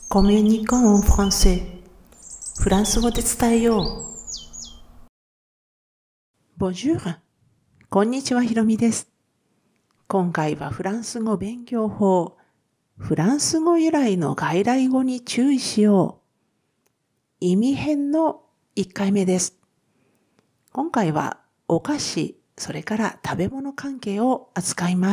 コミュニコンフランセフランス語で伝えよう。Bonjour。こんにちは、ひろみです。今回はフランス語勉強法、フランス語由来の外来語に注意しよう。意味編の1回目です。今回はお菓子、それから食べ物関係を扱います。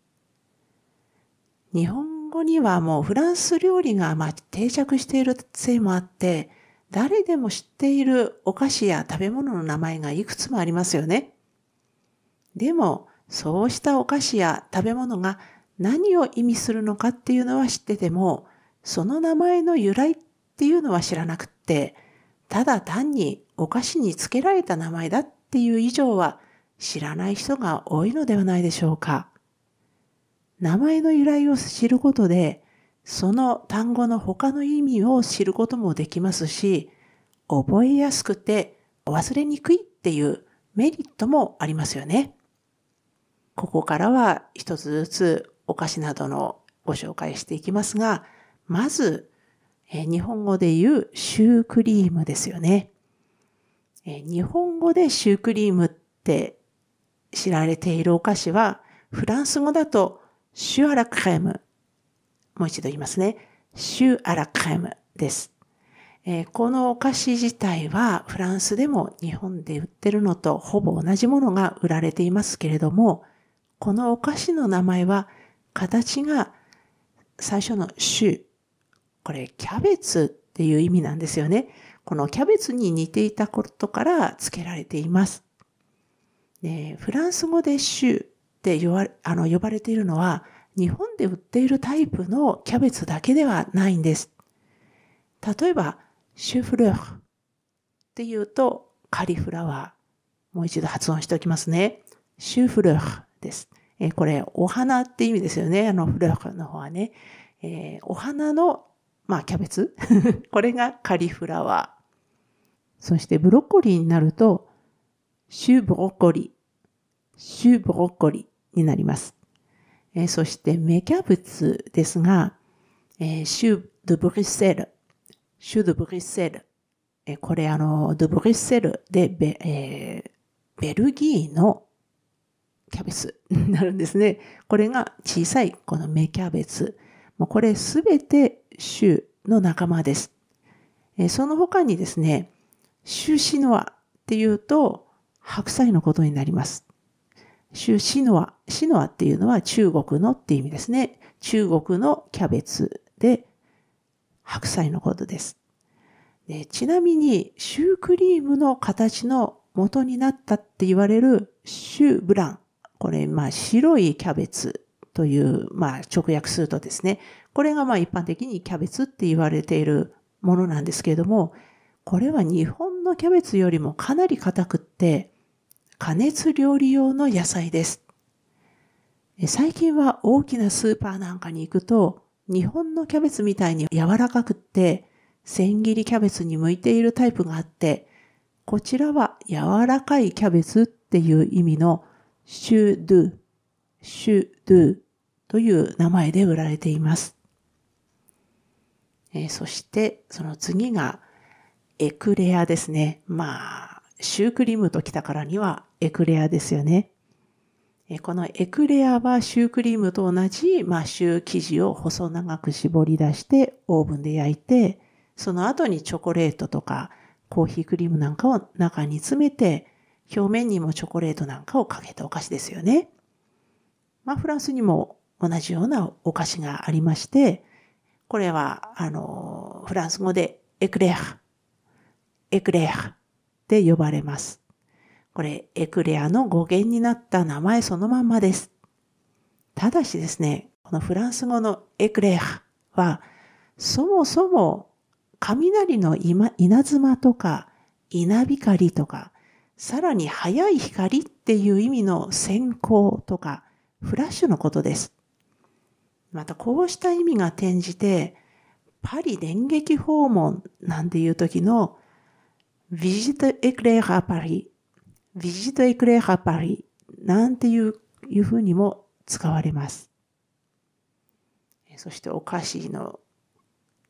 日本語にはもうフランス料理が定着しているせいもあって、誰でも知っているお菓子や食べ物の名前がいくつもありますよね。でも、そうしたお菓子や食べ物が何を意味するのかっていうのは知ってても、その名前の由来っていうのは知らなくって、ただ単にお菓子につけられた名前だっていう以上は知らない人が多いのではないでしょうか。名前の由来を知ることで、その単語の他の意味を知ることもできますし、覚えやすくて忘れにくいっていうメリットもありますよね。ここからは一つずつお菓子などのご紹介していきますが、まず、日本語で言うシュークリームですよね。日本語でシュークリームって知られているお菓子は、フランス語だとシュアラクレーム。もう一度言いますね。シュアラクレームです。このお菓子自体はフランスでも日本で売ってるのとほぼ同じものが売られていますけれども、このお菓子の名前は形が最初のシュ。これキャベツっていう意味なんですよね。このキャベツに似ていたことから付けられています。フランス語でシュって呼ばれているのは、日本で売っているタイプのキャベツだけではないんです。例えば、シュフレーっていうと、カリフラワー。もう一度発音しておきますね。シュフレーです。これ、お花って意味ですよね。フレーの方はね。お花の、キャベツこれがカリフラワー。そして、ブロッコリーになると、シュブロッコリー。シュブロッコリーになります。そして、芽キャベツですが、シュドブリッセル。シュドブリッセル。これドブリッセルでベルギーのキャベツになるんですね。これが小さいこの芽キャベツ。もうこれすべてシュの仲間です。その他にですね、シュシノアっていうと白菜のことになります。シュシノア。シノアっていうのは中国のっていう意味ですね。中国のキャベツで白菜のことです。ちなみに、シュークリームの形の元になったって言われるシューブラン。これ、白いキャベツという、直訳するとですね。これが一般的にキャベツって言われているものなんですけれども、これは日本のキャベツよりもかなり硬くって、加熱料理用の野菜です。最近は大きなスーパーなんかに行くと、日本のキャベツみたいに柔らかくって、千切りキャベツに向いているタイプがあって、こちらは柔らかいキャベツっていう意味のシュドゥという名前で売られています。そしてその次がエクレアですね。シュークリームときたからにはエクレアですよね。このエクレアはシュークリームと同じ、シュー生地を細長く絞り出してオーブンで焼いて、その後にチョコレートとかコーヒークリームなんかを中に詰めて、表面にもチョコレートなんかをかけたお菓子ですよね。フランスにも同じようなお菓子がありまして、これは、フランス語でエクレアって呼ばれます。これ、エクレアの語源になった名前そのまんまです。ただしですね、このフランス語のエクレアは、そもそも雷の稲妻とか稲光とか、さらに速い光っていう意味の閃光とか、フラッシュのことです。またこうした意味が転じて、パリ電撃訪問なんていう時のビジトエクレアパリ、ビジトエクレアパリなんていうふうにも使われます。そしてお菓子の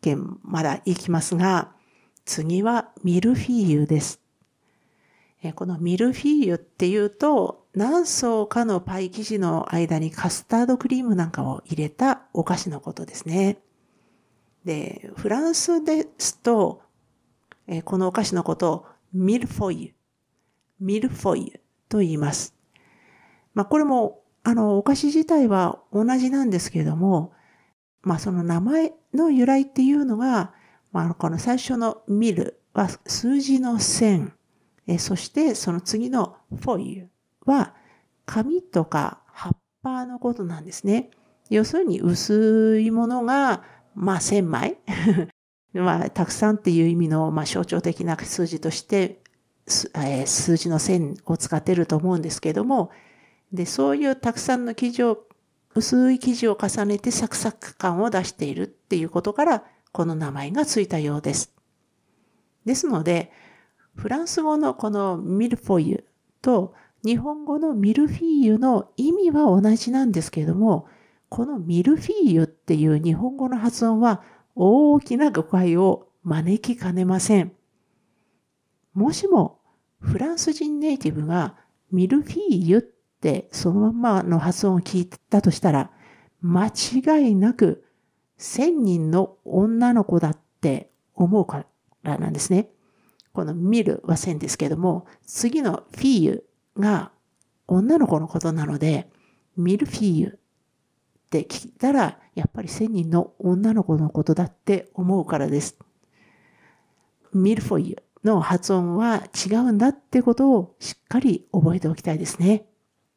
軒まだ行きますが、次はミルフィーユです。このミルフィーユっていうと、何層かのパイ生地の間にカスタードクリームなんかを入れたお菓子のことですね。で、フランスですと、このお菓子のことをミルフォイユと言います。これも、お菓子自体は同じなんですけれども、その名前の由来っていうのが、この最初のミルは数字の1000、そしてその次のフォイユは紙とか葉っぱのことなんですね。要するに薄いものが、1000枚たくさんっていう意味の、象徴的な数字として、数字の1000を使っていると思うんですけれども、で、そういうたくさんの薄い生地を重ねてサクサク感を出しているっていうことから、この名前がついたようです。ですので、フランス語のこのミルフォイユと日本語のミルフィーユの意味は同じなんですけれども、このミルフィーユっていう日本語の発音は大きな誤解を招きかねません。もしもフランス人ネイティブがミルフィーユってそのままの発音を聞いたとしたら、間違いなく1000人の女の子だって思うからなんですね。このミルは1000ですけども、次のフィーユが女の子のことなので、ミルフィーユって聞いたら、やっぱり1000人の女の子のことだって思うからです。ミルフォイユの発音は違うんだってことをしっかり覚えておきたいですね。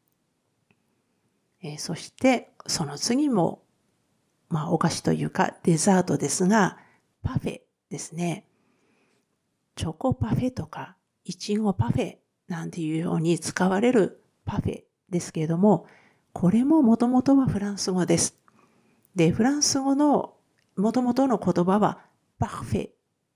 そして、その次も、お菓子というかデザートですが、パフェですね。チョコパフェとか、イチゴパフェなんていうように使われるパフェですけれども、これももともとはフランス語です。で、フランス語のもともとの言葉はパフェ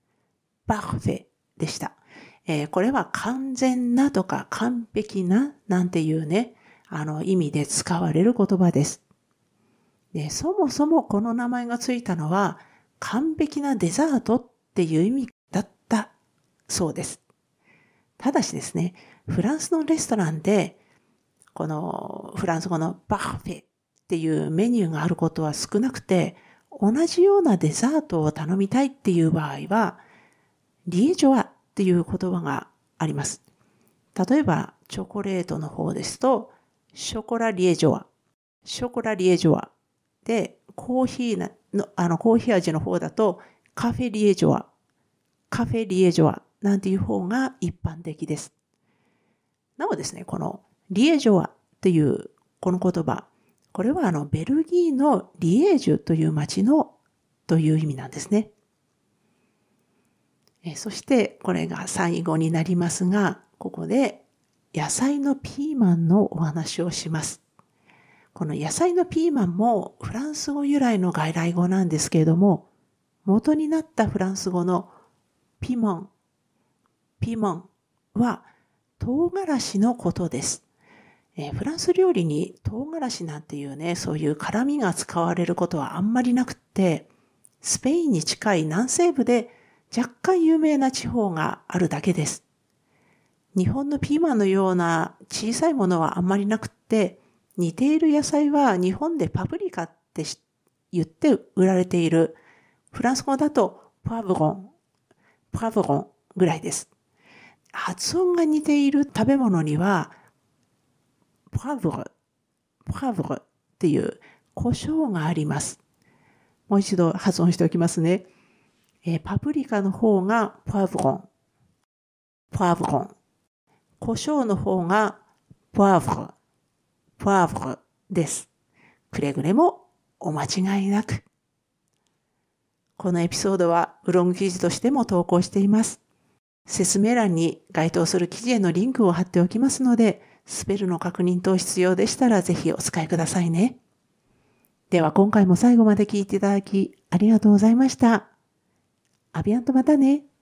でした。これは完全なとか完璧ななんていうね、意味で使われる言葉です。で、そもそもこの名前がついたのは完璧なデザートっていう意味だったそうです。ただしですね、フランスのレストランでこのフランス語のパフェっていうメニューがあることは少なくて、同じようなデザートを頼みたいっていう場合は、リエジョアっていう言葉があります。例えば、チョコレートの方ですと、ショコラリエジョア。で、コーヒー味の方だと、カフェリエジョアなんていう方が一般的です。なおですね、このリエジョアっていうこの言葉、これはベルギーのリエージュという町のという意味なんですね。そしてこれが最後になりますが、ここで野菜のピーマンのお話をします。この野菜のピーマンもフランス語由来の外来語なんですけれども、元になったフランス語のピモンは唐辛子のことです。フランス料理に唐辛子なんていうね、そういう辛味が使われることはあんまりなくって、スペインに近い南西部で若干有名な地方があるだけです。日本のピーマンのような小さいものはあんまりなくって、似ている野菜は日本でパプリカって言って売られている。フランス語だとポアブロンぐらいです。発音が似ている食べ物には、ポアブルっていう胡椒があります。もう一度発音しておきますね。パプリカの方がポアブロン。胡椒の方がポアブルです。くれぐれもお間違いなく。このエピソードはブログ記事としても投稿しています。説明欄に該当する記事へのリンクを貼っておきますので、スペルの確認等必要でしたらぜひお使いくださいね。では今回も最後まで聞いていただきありがとうございました。アビアンとまたね。